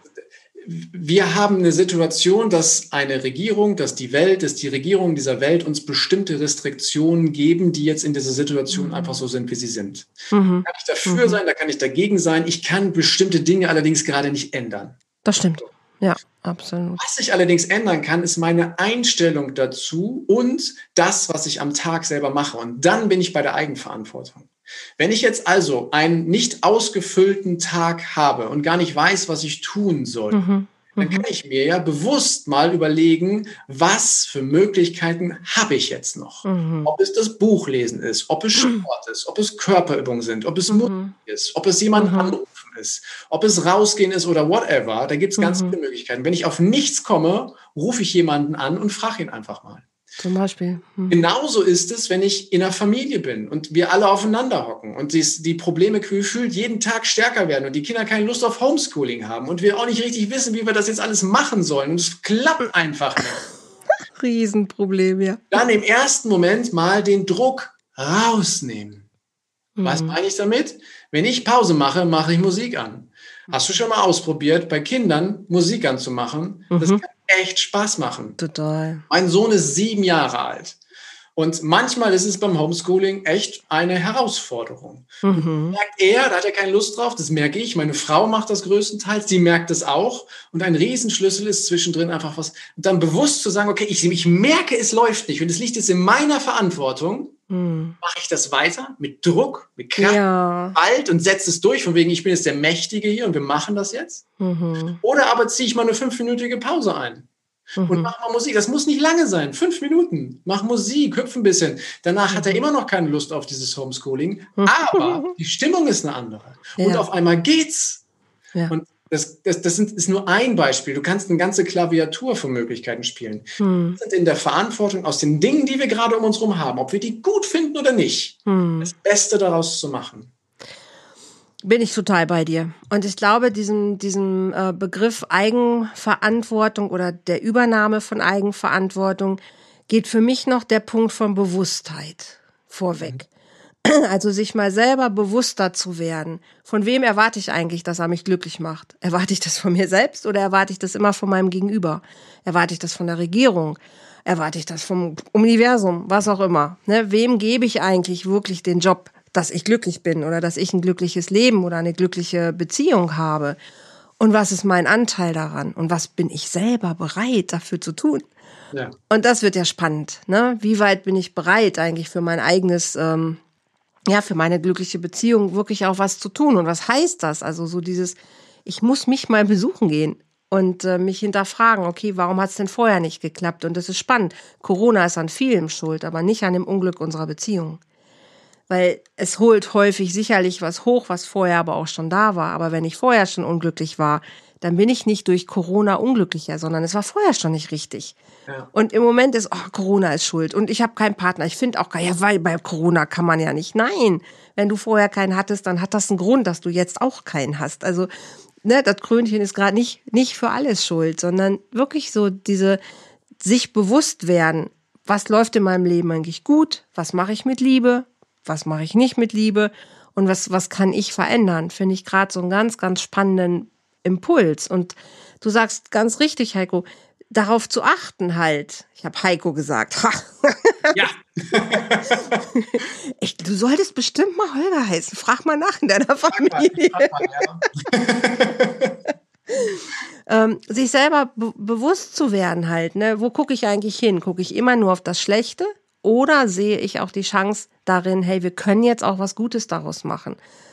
wir haben eine Situation, dass eine Regierung, dass die Welt, dass die Regierungen dieser Welt uns bestimmte Restriktionen geben, die jetzt in dieser Situation Mhm. einfach so sind, wie sie sind. Mhm. Da kann ich dafür Mhm. sein, da kann ich dagegen sein. Ich kann bestimmte Dinge allerdings gerade nicht ändern. Das stimmt. Ja, absolut. Was ich allerdings ändern kann, ist meine Einstellung dazu und das, was ich am Tag selber mache. Und dann bin ich bei der Eigenverantwortung. Wenn ich jetzt also einen nicht ausgefüllten Tag habe und gar nicht weiß, was ich tun soll, Mhm. dann kann ich mir ja bewusst mal überlegen, was für Möglichkeiten habe ich jetzt noch. Mhm. Ob es das Buchlesen ist, ob es Sport ist, ob es Körperübungen sind, ob es Musik Mhm. ist, ob es jemanden Mhm. anrufen ist, ob es rausgehen ist oder whatever. Da gibt es ganz Mhm. viele Möglichkeiten. Wenn ich auf nichts komme, rufe ich jemanden an und frage ihn einfach mal. Zum Beispiel. Mhm. Genauso ist es, wenn ich in einer Familie bin und wir alle aufeinander hocken und dies, die Probleme gefühlt jeden Tag stärker werden und die Kinder keine Lust auf Homeschooling haben und wir auch nicht richtig wissen, wie wir das jetzt alles machen sollen und es klappt einfach nicht. Riesenproblem, ja. Dann im ersten Moment mal den Druck rausnehmen. Was Mhm. meine ich damit? Wenn ich Pause mache, mache ich Musik an. Hast du schon mal ausprobiert, bei Kindern Musik anzumachen? Das Mhm. kann echt Spaß machen. Total. Mein Sohn ist sieben Jahre alt. Und manchmal ist es beim Homeschooling echt eine Herausforderung. Und Mhm. merkt er, da hat er keine Lust drauf, das merke ich. Meine Frau macht das größtenteils, die merkt es auch. Und ein Riesenschlüssel ist zwischendrin einfach was, dann bewusst zu sagen, okay, ich, ich merke, es läuft nicht und es liegt jetzt in meiner Verantwortung. Mhm. Mache ich das weiter mit Druck, mit Kraft, Ja. bald und setze es durch, von wegen, ich bin jetzt der Mächtige hier und wir machen das jetzt. Mhm. Oder aber ziehe ich mal eine fünfminütige Pause ein. Und Mhm. mach mal Musik. Das muss nicht lange sein. Fünf Minuten. Mach Musik, hüpf ein bisschen. Danach hat er immer noch keine Lust auf dieses Homeschooling. Aber die Stimmung ist eine andere. Und Ja. auf einmal geht's. Ja. Und das, das, das sind, ist nur ein Beispiel. Du kannst eine ganze Klaviatur von Möglichkeiten spielen. Mhm. Wir sind in der Verantwortung, aus den Dingen, die wir gerade um uns herum haben, ob wir die gut finden oder nicht, Mhm. das Beste daraus zu machen. Bin ich total bei dir. Und ich glaube, diesen, diesen äh, Begriff Eigenverantwortung oder der Übernahme von Eigenverantwortung geht für mich noch der Punkt von Bewusstheit vorweg. Also sich mal selber bewusster zu werden. Von wem erwarte ich eigentlich, dass er mich glücklich macht? Erwarte ich das von mir selbst oder erwarte ich das immer von meinem Gegenüber? Erwarte ich das von der Regierung? Erwarte ich das vom Universum? Was auch immer. Ne? Wem gebe ich eigentlich wirklich den Job, dass ich glücklich bin oder dass ich ein glückliches Leben oder eine glückliche Beziehung habe? Und was ist mein Anteil daran? Und was bin ich selber bereit dafür zu tun? Ja. Und das wird ja spannend. Ne? Wie weit bin ich bereit eigentlich für mein eigenes, ähm, ja, für meine glückliche Beziehung wirklich auch was zu tun? Und was heißt das? Also so dieses, ich muss mich mal besuchen gehen und äh, mich hinterfragen, okay, warum hat es denn vorher nicht geklappt? Und das ist spannend. Corona ist an vielem schuld, aber nicht an dem Unglück unserer Beziehung. Weil es holt häufig sicherlich was hoch, was vorher aber auch schon da war. Aber wenn ich vorher schon unglücklich war, dann bin ich nicht durch Corona unglücklicher, sondern es war vorher schon nicht richtig. Ja. Und im Moment ist, oh, Corona ist schuld und ich habe keinen Partner. Ich finde auch, ja, weil bei Corona kann man ja nicht. Nein, wenn du vorher keinen hattest, dann hat das einen Grund, dass du jetzt auch keinen hast. Also, ne, das Krönchen ist gerade nicht, nicht für alles schuld, sondern wirklich so diese, sich bewusst werden, was läuft in meinem Leben eigentlich gut, was mache ich mit Liebe, was mache ich nicht mit Liebe und was, was kann ich verändern, finde ich gerade so einen ganz, ganz spannenden Impuls. Und du sagst ganz richtig, Heiko, darauf zu achten halt. Ich habe Heiko gesagt. Ja. Ich, du solltest bestimmt mal Holger heißen. Frag mal nach in deiner Familie. Frag mal, frag mal, ja. ähm, sich selber be- bewusst zu werden halt. Ne? Wo gucke ich eigentlich hin? Gucke ich immer nur auf das Schlechte? Oder sehe ich auch die Chance darin, hey, wir können jetzt auch was Gutes daraus machen?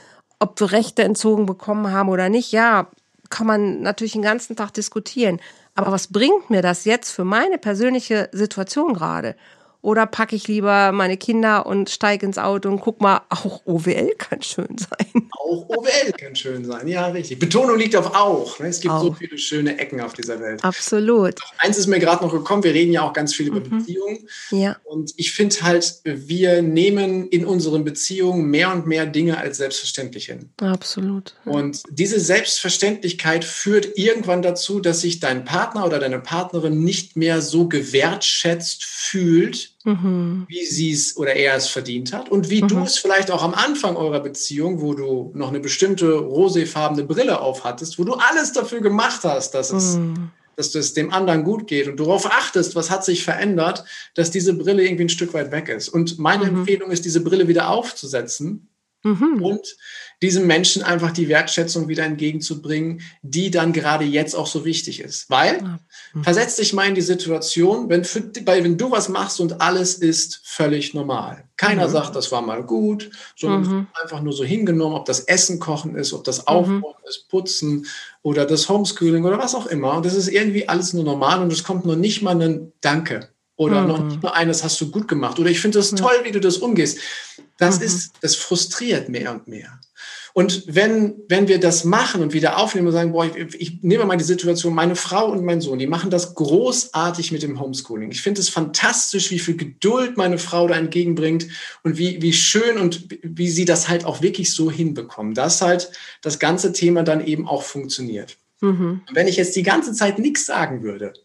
ob wir Rechte entzogen bekommen haben oder nicht, ja, kann man natürlich den ganzen Tag diskutieren. Aber was bringt mir das jetzt für meine persönliche Situation gerade? Oder packe ich lieber meine Kinder und steige ins Auto und guck mal, auch O W L kann schön sein. Auch O W L kann schön sein, ja, richtig. Betonung liegt auf auch. Ne? Es gibt auch. so viele schöne Ecken auf dieser Welt. Absolut. Doch eins ist mir gerade noch gekommen, wir reden ja auch ganz viel über mhm. Beziehungen. Ja. Und ich finde halt, wir nehmen in unseren Beziehungen mehr und mehr Dinge als selbstverständlich hin. Absolut. Ja. Und diese Selbstverständlichkeit führt irgendwann dazu, dass sich dein Partner oder deine Partnerin nicht mehr so gewertschätzt fühlt, Mhm. wie sie es oder er es verdient hat und wie mhm. du es vielleicht auch am Anfang eurer Beziehung, wo du noch eine bestimmte roséfarbene Brille auf hattest, wo du alles dafür gemacht hast, dass es, mhm. dass es dem anderen gut geht und du darauf achtest, was hat sich verändert, dass diese Brille irgendwie ein Stück weit weg ist. Und meine mhm. Empfehlung ist, diese Brille wieder aufzusetzen mhm. und diesem Menschen einfach die Wertschätzung wieder entgegenzubringen, die dann gerade jetzt auch so wichtig ist. Weil, mhm. versetz dich mal in die Situation, wenn, für, wenn du was machst und alles ist völlig normal. Keiner mhm. sagt, das war mal gut, sondern mhm. einfach nur so hingenommen, ob das Essen kochen ist, ob das Aufräumen mhm. ist, Putzen oder das Homeschooling oder was auch immer. Und das ist irgendwie alles nur normal und es kommt noch nicht mal ein Danke. Oder mhm. noch nicht mal eines hast du gut gemacht. Oder ich finde das toll, wie du das umgehst. Das mhm. ist, das frustriert mehr und mehr. Und wenn, wenn wir das machen und wieder aufnehmen und sagen, boah, ich, ich nehme mal die Situation, meine Frau und mein Sohn, die machen das großartig mit dem Homeschooling. Ich finde es fantastisch, wie viel Geduld meine Frau da entgegenbringt und wie, wie schön und wie sie das halt auch wirklich so hinbekommen, dass halt das ganze Thema dann eben auch funktioniert. Mhm. Und wenn ich jetzt die ganze Zeit nichts sagen würde,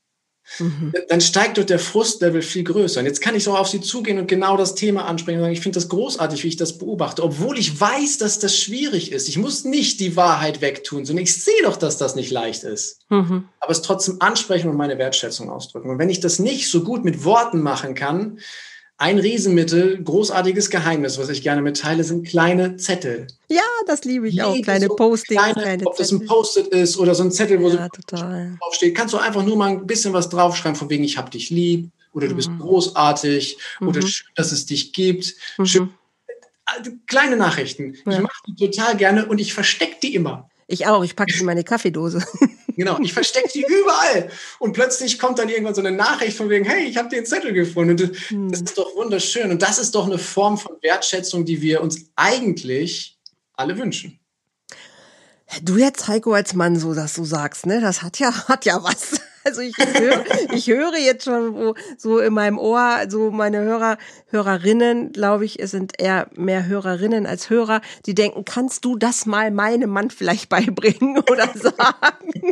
Mhm. dann steigt dort der Frustlevel viel größer. Und jetzt kann ich so auf sie zugehen und genau das Thema ansprechen und sagen, ich finde das großartig, wie ich das beobachte, obwohl ich weiß, dass das schwierig ist. Ich muss nicht die Wahrheit wegtun, sondern ich sehe doch, dass das nicht leicht ist. Mhm. Aber es trotzdem ansprechen und meine Wertschätzung ausdrücken. Und wenn ich das nicht so gut mit Worten machen kann, ein Riesenmittel, großartiges Geheimnis, was ich gerne mitteile, sind kleine Zettel. Ja, das liebe ich auch, kleine so Postings. Kleine, kleine ob das ein Post-it ist oder so ein Zettel, wo ja, so total. draufsteht, kannst du einfach nur mal ein bisschen was draufschreiben, von wegen, ich hab dich lieb oder du bist mhm. großartig mhm. oder schön, dass es dich gibt. Mhm. Schön, kleine Nachrichten. Ja. Ich mache die total gerne und ich verstecke die immer. Ich auch, ich packe die in meine Kaffeedose. Genau, ich verstecke die überall. Und plötzlich kommt dann irgendwann so eine Nachricht von wegen, hey, ich habe den Zettel gefunden. Und das, hm. das ist doch wunderschön. Und das ist doch eine Form von Wertschätzung, die wir uns eigentlich alle wünschen. Du jetzt, Heiko, als Mann so das so sagst, ne? Das hat ja, hat ja was. Also ich höre, ich höre jetzt schon wo, so in meinem Ohr, so meine Hörer, Hörerinnen, glaube ich, es sind eher mehr Hörerinnen als Hörer, die denken, kannst du das mal meinem Mann vielleicht beibringen oder sagen?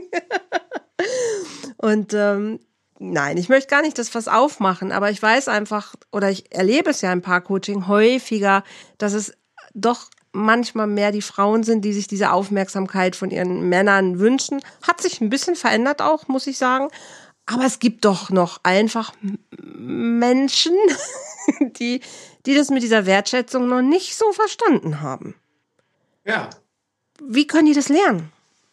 Und ähm, nein, ich möchte gar nicht das Fass aufmachen, aber ich weiß einfach, oder ich erlebe es ja im Paarcoaching häufiger, dass es doch manchmal mehr die Frauen sind, die sich diese Aufmerksamkeit von ihren Männern wünschen. Hat sich ein bisschen verändert auch, muss ich sagen. Aber es gibt doch noch einfach Menschen, die, die das mit dieser Wertschätzung noch nicht so verstanden haben. Ja. Wie können die das lernen?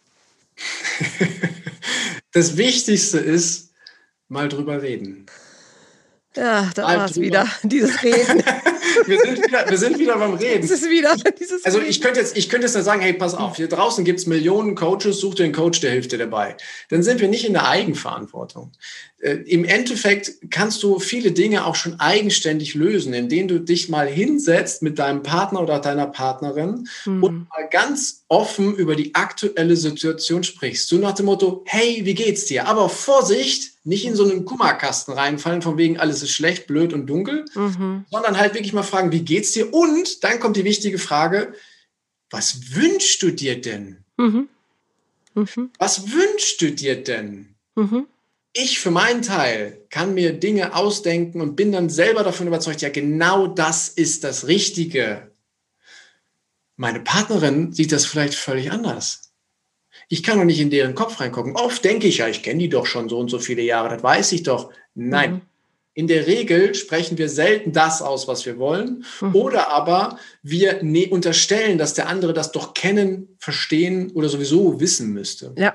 Das Wichtigste ist, mal drüber reden. Ja, da war es wieder, dieses Reden. wir, sind wieder, wir sind wieder beim Reden. Es ist wieder dieses Also Reden. ich könnte jetzt, ich könnte jetzt sagen, hey, pass auf, hier draußen gibt es Millionen Coaches, such dir einen Coach, der hilft dir dabei. Dann sind wir nicht in der Eigenverantwortung. Äh, Im Endeffekt kannst du viele Dinge auch schon eigenständig lösen, indem du dich mal hinsetzt mit deinem Partner oder deiner Partnerin hm. und mal ganz offen über die aktuelle Situation sprichst. So nach dem Motto, hey, wie geht's dir? Aber Vorsicht, nicht in so einen Kummerkasten reinfallen, von wegen alles ist schlecht, blöd und dunkel, mhm. sondern halt wirklich mal fragen, wie geht's dir? Und dann kommt die wichtige Frage, was wünschst du dir denn? Mhm. Mhm. Was wünschst du dir denn? Mhm. Ich für meinen Teil kann mir Dinge ausdenken und bin dann selber davon überzeugt, ja, genau das ist das Richtige. Meine Partnerin sieht das vielleicht völlig anders. Ich kann doch nicht in deren Kopf reingucken. Oft denke ich ja, ich kenne die doch schon so und so viele Jahre, das weiß ich doch. Nein, mhm. in der Regel sprechen wir selten das aus, was wir wollen. Mhm. Oder aber wir ne- unterstellen, dass der andere das doch kennen, verstehen oder sowieso wissen müsste. Ja,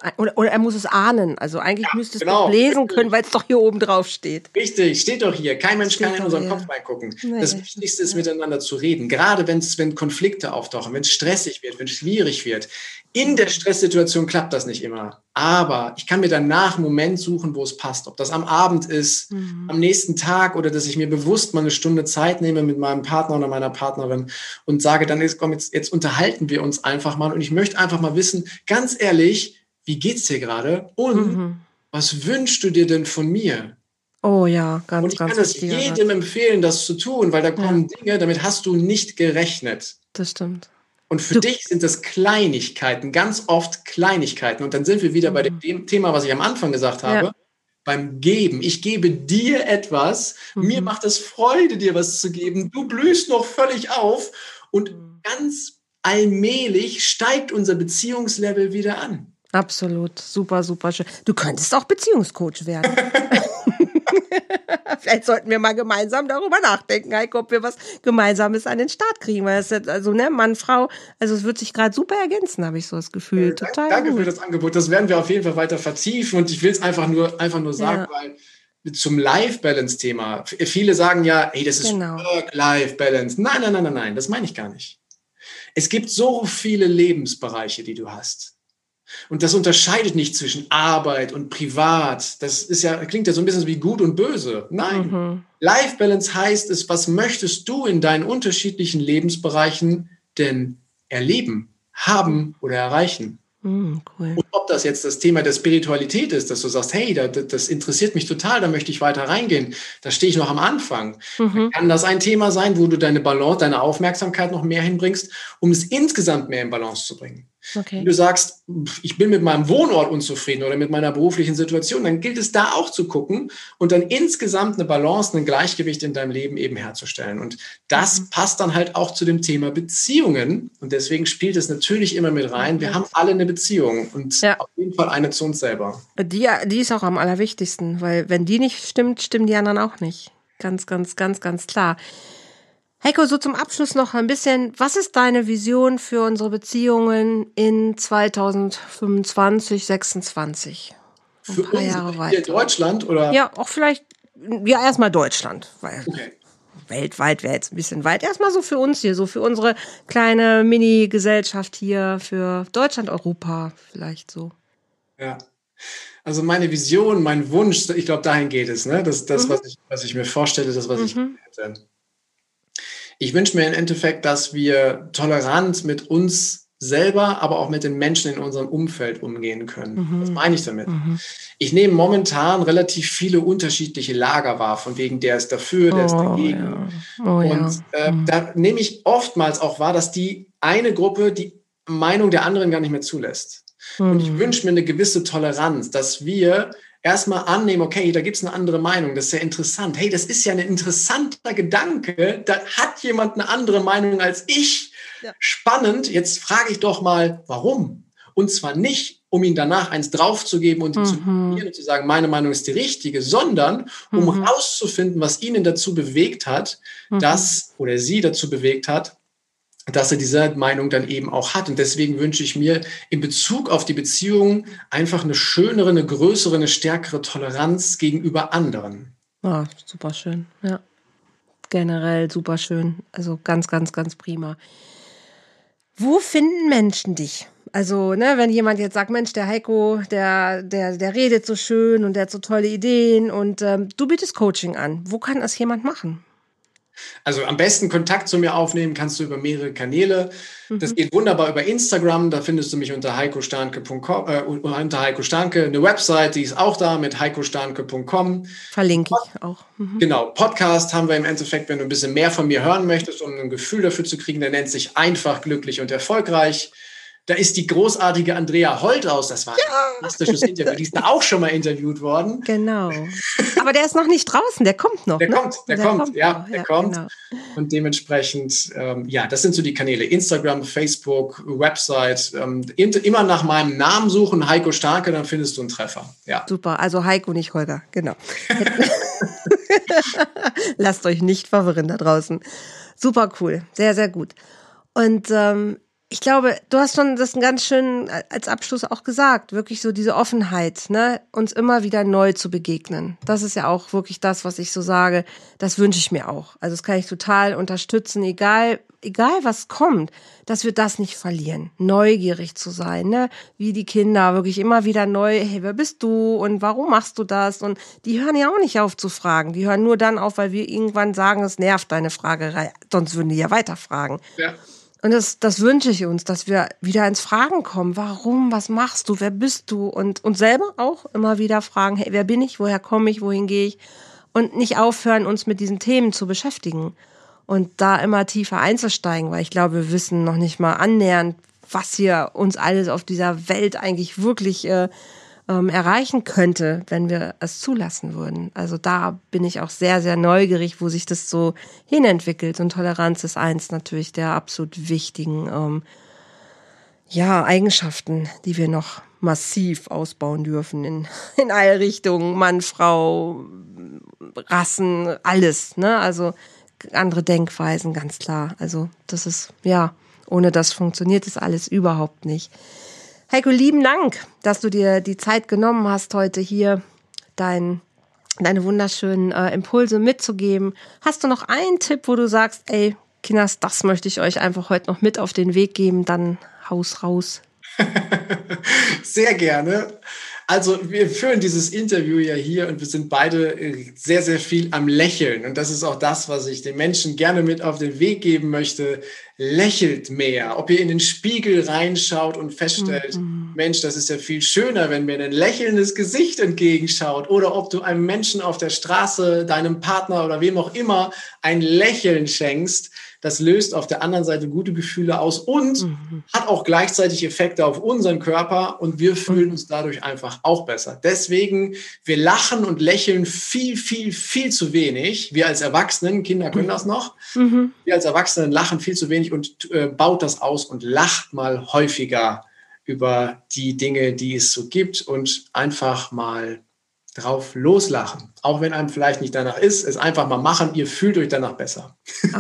Oder, oder er muss es ahnen. Also eigentlich Ja, müsste es genau. doch lesen können, weil es doch hier oben drauf steht. Richtig, steht doch hier. Kein Mensch Steht kann in doch unseren hier. Kopf reingucken. Nee, das Wichtigste ist, ja. miteinander zu reden. Gerade wenn's, wenn Konflikte auftauchen, wenn es stressig wird, wenn es schwierig wird. In der Stresssituation klappt das nicht immer. Aber ich kann mir danach einen Moment suchen, wo es passt. Ob das am Abend ist, Mhm. am nächsten Tag oder dass ich mir bewusst mal eine Stunde Zeit nehme mit meinem Partner oder meiner Partnerin und sage, dann ist, komm, jetzt, jetzt unterhalten wir uns einfach mal. Und ich möchte einfach mal wissen, ganz ehrlich, wie geht's dir gerade? Und Mhm. was wünschst du dir denn von mir? Oh ja, ganz, Und ich ganz kann es wichtiger jedem Satz. empfehlen, das zu tun, weil da kommen Ja. Dinge, damit hast du nicht gerechnet. Das stimmt. Und für Du- dich sind das Kleinigkeiten, ganz oft Kleinigkeiten. Und dann sind wir wieder bei dem Thema, was ich am Anfang gesagt habe, Ja. beim Geben. Ich gebe dir etwas, mir Mhm. macht es Freude, dir was zu geben. Du blühst noch völlig auf und ganz allmählich steigt unser Beziehungslevel wieder an. Absolut. Super, super schön. Du könntest auch Beziehungscoach werden. Vielleicht sollten wir mal gemeinsam darüber nachdenken, Heiko, ob wir was Gemeinsames an den Start kriegen. Weil das jetzt, also, ne, Mann, Frau, also es wird sich gerade super ergänzen, habe ich so das Gefühl. Äh, Total Danke gut. für das Angebot. Das werden wir auf jeden Fall weiter vertiefen. Und ich will es einfach nur, einfach nur sagen, Ja. weil zum Life-Balance-Thema, viele sagen ja, ey, das ist Genau. Work-Life-Balance. Nein, nein, nein, nein, nein, das meine ich gar nicht. Es gibt so viele Lebensbereiche, die du hast. Und das unterscheidet nicht zwischen Arbeit und Privat. Das ist ja, klingt ja so ein bisschen wie gut und böse. Nein. Mhm. Life Balance heißt es, was möchtest du in deinen unterschiedlichen Lebensbereichen denn erleben, haben oder erreichen? Mhm, cool. Und ob das jetzt das Thema der Spiritualität ist, dass du sagst, hey, das, das interessiert mich total, da möchte ich weiter reingehen, da stehe ich noch am Anfang. Mhm. Dann kann das ein Thema sein, wo du deine Balance, deine Aufmerksamkeit noch mehr hinbringst, um es insgesamt mehr in Balance zu bringen. Okay. Wenn du sagst, ich bin mit meinem Wohnort unzufrieden oder mit meiner beruflichen Situation, dann gilt es da auch zu gucken und dann insgesamt eine Balance, ein Gleichgewicht in deinem Leben eben herzustellen. Und das Mhm. passt dann halt auch zu dem Thema Beziehungen. Und deswegen spielt es natürlich immer mit rein. Wir haben alle eine Beziehung und Ja. auf jeden Fall eine zu uns selber. Die, die ist auch am allerwichtigsten, weil wenn die nicht stimmt, stimmen die anderen auch nicht. Ganz, ganz, ganz, ganz klar. Heiko, so zum Abschluss noch ein bisschen, was ist deine Vision für unsere Beziehungen in zweitausendfünfundzwanzig, sechsundzwanzig? Ein Für paar uns Jahre hier weiter. in Deutschland oder? Ja, auch vielleicht, ja, erstmal Deutschland, weil Okay. weltweit wäre jetzt ein bisschen weit. Erstmal so für uns hier, so für unsere kleine Mini-Gesellschaft hier, für Deutschland, Europa vielleicht so. Ja. Also meine Vision, mein Wunsch, ich glaube, dahin geht es, ne? Das, das Mhm. was, ich, was ich mir vorstelle, das, was ich Mhm. hätte. Ich wünsche mir im Endeffekt, dass wir tolerant mit uns selber, aber auch mit den Menschen in unserem Umfeld umgehen können. Mhm. Was meine ich damit? Mhm. Ich nehme momentan relativ viele unterschiedliche Lager wahr, von wegen der ist dafür, der ist Oh dagegen. ja, oh ja. Und äh, Mhm. da nehme ich oftmals auch wahr, dass die eine Gruppe die Meinung der anderen gar nicht mehr zulässt. Und ich Mhm. wünsche mir eine gewisse Toleranz, dass wir erstmal annehmen, okay, da gibt es eine andere Meinung, das ist ja interessant. Hey, das ist ja ein interessanter Gedanke, da hat jemand eine andere Meinung als ich. Ja. Spannend, jetzt frage ich doch mal, warum? Und zwar nicht, um ihn danach eins draufzugeben und ihn zu Mhm. korrigieren und zu sagen, meine Meinung ist die richtige, sondern um Mhm. rauszufinden, was ihn dazu bewegt hat, Mhm. dass oder sie dazu bewegt hat, dass er diese Meinung dann eben auch hat. Und deswegen wünsche ich mir in Bezug auf die Beziehung einfach eine schönere, eine größere, eine stärkere Toleranz gegenüber anderen. Ah, super schön, ja. Generell super schön. Also ganz, ganz, ganz prima. Wo finden Menschen dich? Also, ne, wenn jemand jetzt sagt, Mensch, der Heiko, der, der, der redet so schön und der hat so tolle Ideen und ähm, du bietest Coaching an. Wo kann das jemand machen? Also am besten Kontakt zu mir aufnehmen kannst du über mehrere Kanäle. Das Mhm. geht wunderbar über Instagram. Da findest du mich unter heiko starnke punkt com, äh, unter Heiko Starnke. Eine Website, die ist auch da mit heiko starnke punkt com. Verlinke ich auch. Mhm. Genau, Podcast haben wir im Endeffekt, wenn du ein bisschen mehr von mir hören möchtest, um ein Gefühl dafür zu kriegen, der nennt sich Einfach, glücklich und erfolgreich. Da ist die großartige Andrea Holthaus, das war ein fantastisches Interview, die ist da auch schon mal interviewt worden. Genau. Aber der ist noch nicht draußen, der kommt noch. Der ne? kommt, der, kommt, ja, noch. der kommt. Genau. Und dementsprechend, ähm, ja, das sind so die Kanäle, Instagram, Facebook, Website, ähm, immer nach meinem Namen suchen, Heiko Starke, dann findest du einen Treffer, ja. Super, also Heiko, nicht Holger, genau. Lasst euch nicht verwirren da draußen. Super cool, sehr, sehr gut. Und ähm, ich glaube, du hast schon das ganz schön als Abschluss auch gesagt, wirklich so diese Offenheit, ne, uns immer wieder neu zu begegnen. Das ist ja auch wirklich das, was ich so sage, das wünsche ich mir auch. Also das kann ich total unterstützen, egal, egal was kommt, dass wir das nicht verlieren, neugierig zu sein, ne, wie die Kinder, wirklich immer wieder neu, hey, wer bist du und warum machst du das? Und die hören ja auch nicht auf zu fragen, die hören nur dann auf, weil wir irgendwann sagen, es nervt deine Fragerei, sonst würden die ja weiterfragen. Ja. Und das, das wünsche ich uns, dass wir wieder ins Fragen kommen. Warum? Was machst du? Wer bist du? Und, und selber auch immer wieder fragen, hey, wer bin ich? Woher komme ich? Wohin gehe ich? Und nicht aufhören, uns mit diesen Themen zu beschäftigen. Und da immer tiefer einzusteigen, weil ich glaube, wir wissen noch nicht mal annähernd, was hier uns alles auf dieser Welt eigentlich wirklich äh, ähm, erreichen könnte, wenn wir es zulassen würden. Also da bin ich auch sehr, sehr neugierig, wo sich das so hinentwickelt. Und Toleranz ist eins natürlich der absolut wichtigen ähm, ja, Eigenschaften, die wir noch massiv ausbauen dürfen in, in alle Richtungen. Mann, Frau, Rassen, alles, ne? Also andere Denkweisen, ganz klar. Also das ist, ja, ohne das funktioniert das alles überhaupt nicht. Heiko, lieben Dank, dass du dir die Zeit genommen hast, heute hier dein, deine wunderschönen äh, Impulse mitzugeben. Hast du noch einen Tipp, wo du sagst, ey, Kinders, das möchte ich euch einfach heute noch mit auf den Weg geben, dann Haus raus. Sehr gerne. Also wir führen dieses Interview ja hier und wir sind beide sehr, sehr viel am Lächeln. Und das ist auch das, was ich den Menschen gerne mit auf den Weg geben möchte. Lächelt mehr. Ob ihr in den Spiegel reinschaut und feststellt, mhm. Mensch, das ist ja viel schöner, wenn mir ein lächelndes Gesicht entgegenschaut. Oder ob du einem Menschen auf der Straße, deinem Partner oder wem auch immer ein Lächeln schenkst. Das löst auf der anderen Seite gute Gefühle aus und mhm. hat auch gleichzeitig Effekte auf unseren Körper und wir fühlen uns dadurch einfach auch besser. Deswegen, wir lachen und lächeln viel, viel, viel zu wenig. Wir als Erwachsenen, Kinder können das noch, mhm. wir als Erwachsenen lachen viel zu wenig und äh, baut das aus und lacht mal häufiger über die Dinge, die es so gibt und einfach mal drauf loslachen. Auch wenn einem vielleicht nicht danach ist, es einfach mal machen, ihr fühlt euch danach besser.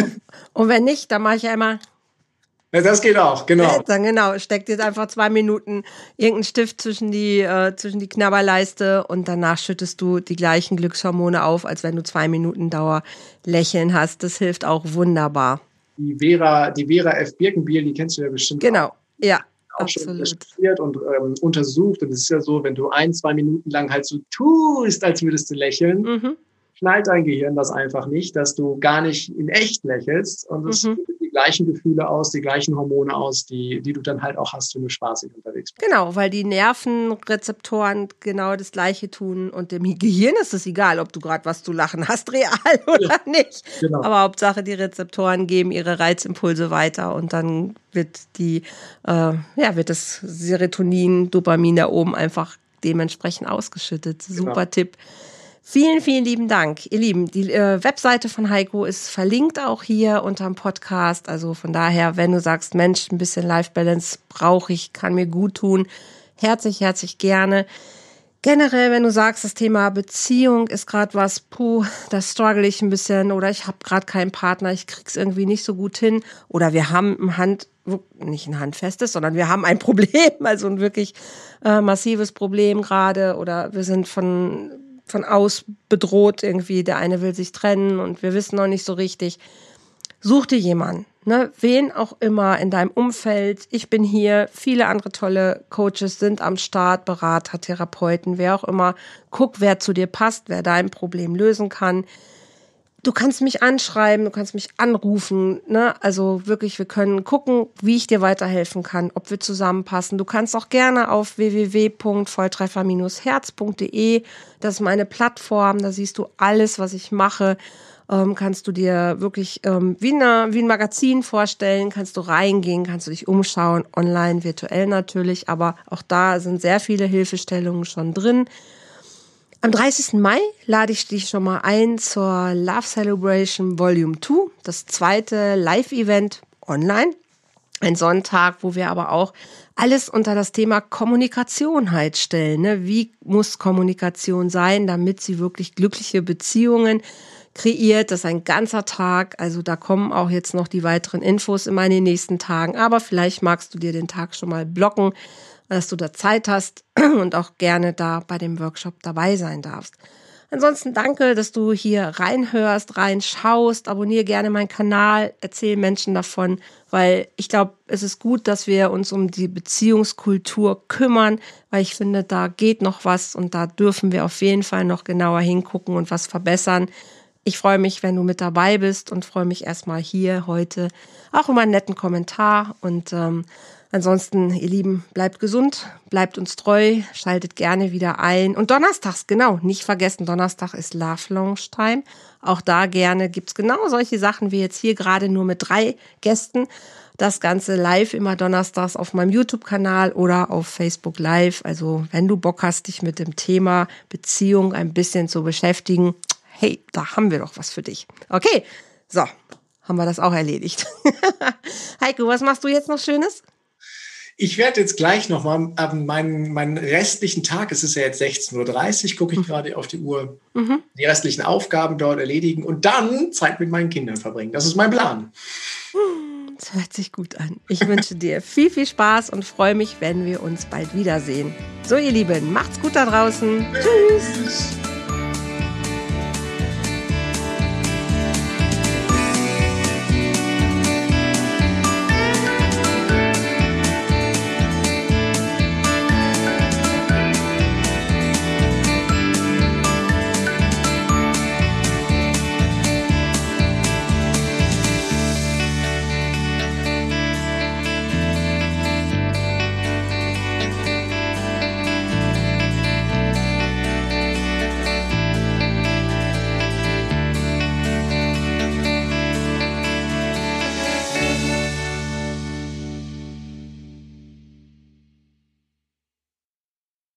Und wenn nicht, dann mache ich ja immer. Ja, das geht auch, genau. Dann genau, steckt jetzt einfach zwei Minuten irgendeinen Stift zwischen die, äh, zwischen die Knabberleiste und danach schüttest du die gleichen Glückshormone auf, als wenn du zwei Minuten Dauer Lächeln hast. Das hilft auch wunderbar. Die Vera, die Vera F. Birkenbiel, die kennst du ja bestimmt. Genau, auch. ja. Auch schon recherchiert und ähm, untersucht. Und es ist ja so, wenn du ein, zwei Minuten lang halt so tust, als würdest du lächeln, mhm. schnallt dein Gehirn das einfach nicht, dass du gar nicht in echt lächelst. Und es mhm. die gleichen Gefühle aus, die gleichen Hormone aus, die, die du dann halt auch hast, wenn du spaßig unterwegs bist. Genau, weil die Nervenrezeptoren genau das Gleiche tun. Und dem Gehirn ist es egal, ob du gerade was zu lachen hast, real oder ja, nicht. Genau. Aber Hauptsache, die Rezeptoren geben ihre Reizimpulse weiter und dann wird die, äh, ja, wird das Serotonin, Dopamin da oben einfach dementsprechend ausgeschüttet. Super genau. Tipp. Vielen, vielen lieben Dank. Ihr Lieben, die äh, Webseite von Heiko ist verlinkt auch hier unterm Podcast. Also von daher, wenn du sagst, Mensch, ein bisschen Life Balance brauche ich, kann mir gut tun, herzlich, herzlich gerne. Generell, wenn du sagst, das Thema Beziehung ist gerade was, puh, da struggle ich ein bisschen oder ich habe gerade keinen Partner, ich krieg's irgendwie nicht so gut hin oder wir haben ein Hand, nicht ein handfestes, sondern wir haben ein Problem, also ein wirklich äh, massives Problem gerade oder wir sind von von aus bedroht irgendwie, der eine will sich trennen und wir wissen noch nicht so richtig. Such dir jemanden, ne? Wen auch immer in deinem Umfeld. Ich bin hier, viele andere tolle Coaches sind am Start, Berater, Therapeuten, wer auch immer. Guck, wer zu dir passt, wer dein Problem lösen kann. Du kannst mich anschreiben, du kannst mich anrufen, ne? Also wirklich, wir können gucken, wie ich dir weiterhelfen kann, ob wir zusammenpassen. Du kannst auch gerne auf w w w punkt volltreffer Bindestrich herz punkt d e, das ist meine Plattform, da siehst du alles, was ich mache. Ähm, kannst du dir wirklich ähm, wie, eine, wie ein Magazin vorstellen, kannst du reingehen, kannst du dich umschauen, online, virtuell natürlich, aber auch da sind sehr viele Hilfestellungen schon drin. Am dreißigsten Mai lade ich dich schon mal ein zur Love Celebration Volume zwei, das zweite Live-Event online. Ein Sonntag, wo wir aber auch alles unter das Thema Kommunikation halt stellen. Ne? Wie muss Kommunikation sein, damit sie wirklich glückliche Beziehungen kreiert. Das ist ein ganzer Tag. Also da kommen auch jetzt noch die weiteren Infos immer in den nächsten Tagen. Aber vielleicht magst du dir den Tag schon mal blocken, dass du da Zeit hast und auch gerne da bei dem Workshop dabei sein darfst. Ansonsten danke, dass du hier reinhörst, reinschaust. Abonniere gerne meinen Kanal, erzähl Menschen davon, weil ich glaube, es ist gut, dass wir uns um die Beziehungskultur kümmern, weil ich finde, da geht noch was und da dürfen wir auf jeden Fall noch genauer hingucken und was verbessern. Ich freue mich, wenn du mit dabei bist und freue mich erstmal hier heute auch über einen netten Kommentar und ähm, ansonsten, ihr Lieben, bleibt gesund, bleibt uns treu, schaltet gerne wieder ein. Und donnerstags, genau, nicht vergessen, Donnerstag ist Love Lounge Time. Auch da gerne gibt's genau solche Sachen wie jetzt hier gerade nur mit drei Gästen. Das Ganze live immer donnerstags auf meinem YouTube-Kanal oder auf Facebook Live. Also wenn du Bock hast, dich mit dem Thema Beziehung ein bisschen zu beschäftigen, hey, da haben wir doch was für dich. Okay, so, haben wir das auch erledigt. Heiko, was machst du jetzt noch Schönes? Ich werde jetzt gleich nochmal ähm, meinen, meinen restlichen Tag, es ist ja jetzt sechzehn Uhr dreißig, gucke ich mhm. gerade auf die Uhr, mhm. die restlichen Aufgaben dort erledigen und dann Zeit mit meinen Kindern verbringen. Das ist mein Plan. Das hört sich gut an. Ich wünsche dir viel, viel Spaß und freue mich, wenn wir uns bald wiedersehen. So, ihr Lieben, macht's gut da draußen. Tschüss.